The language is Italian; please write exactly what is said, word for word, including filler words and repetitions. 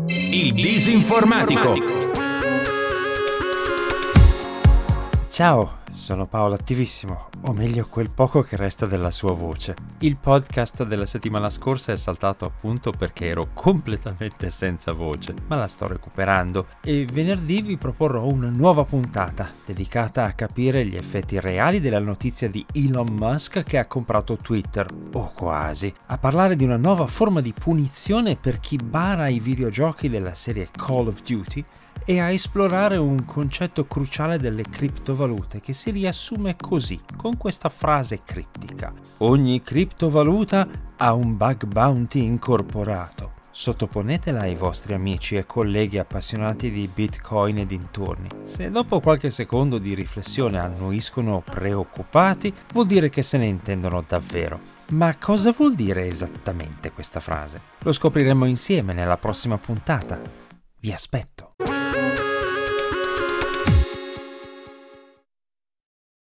Il disinformatico. Ciao, sono Paolo Attivissimo, o meglio quel poco che resta della sua voce. Il podcast della settimana scorsa è saltato appunto perché ero completamente senza voce, ma la sto recuperando e venerdì vi proporrò una nuova puntata dedicata a capire gli effetti reali della notizia di Elon Musk che ha comprato Twitter, o quasi, a parlare di una nuova forma di punizione per chi bara i videogiochi della serie Call of Duty e a esplorare un concetto cruciale delle criptovalute che si riassume così, con questa frase criptica: ogni criptovaluta ha un bug bounty incorporato. Sottoponetela ai vostri amici e colleghi appassionati di Bitcoin e dintorni. Se dopo qualche secondo di riflessione annuiscono preoccupati, vuol dire che se ne intendono davvero. Ma cosa vuol dire esattamente questa frase? Lo scopriremo insieme nella prossima puntata. Vi aspetto.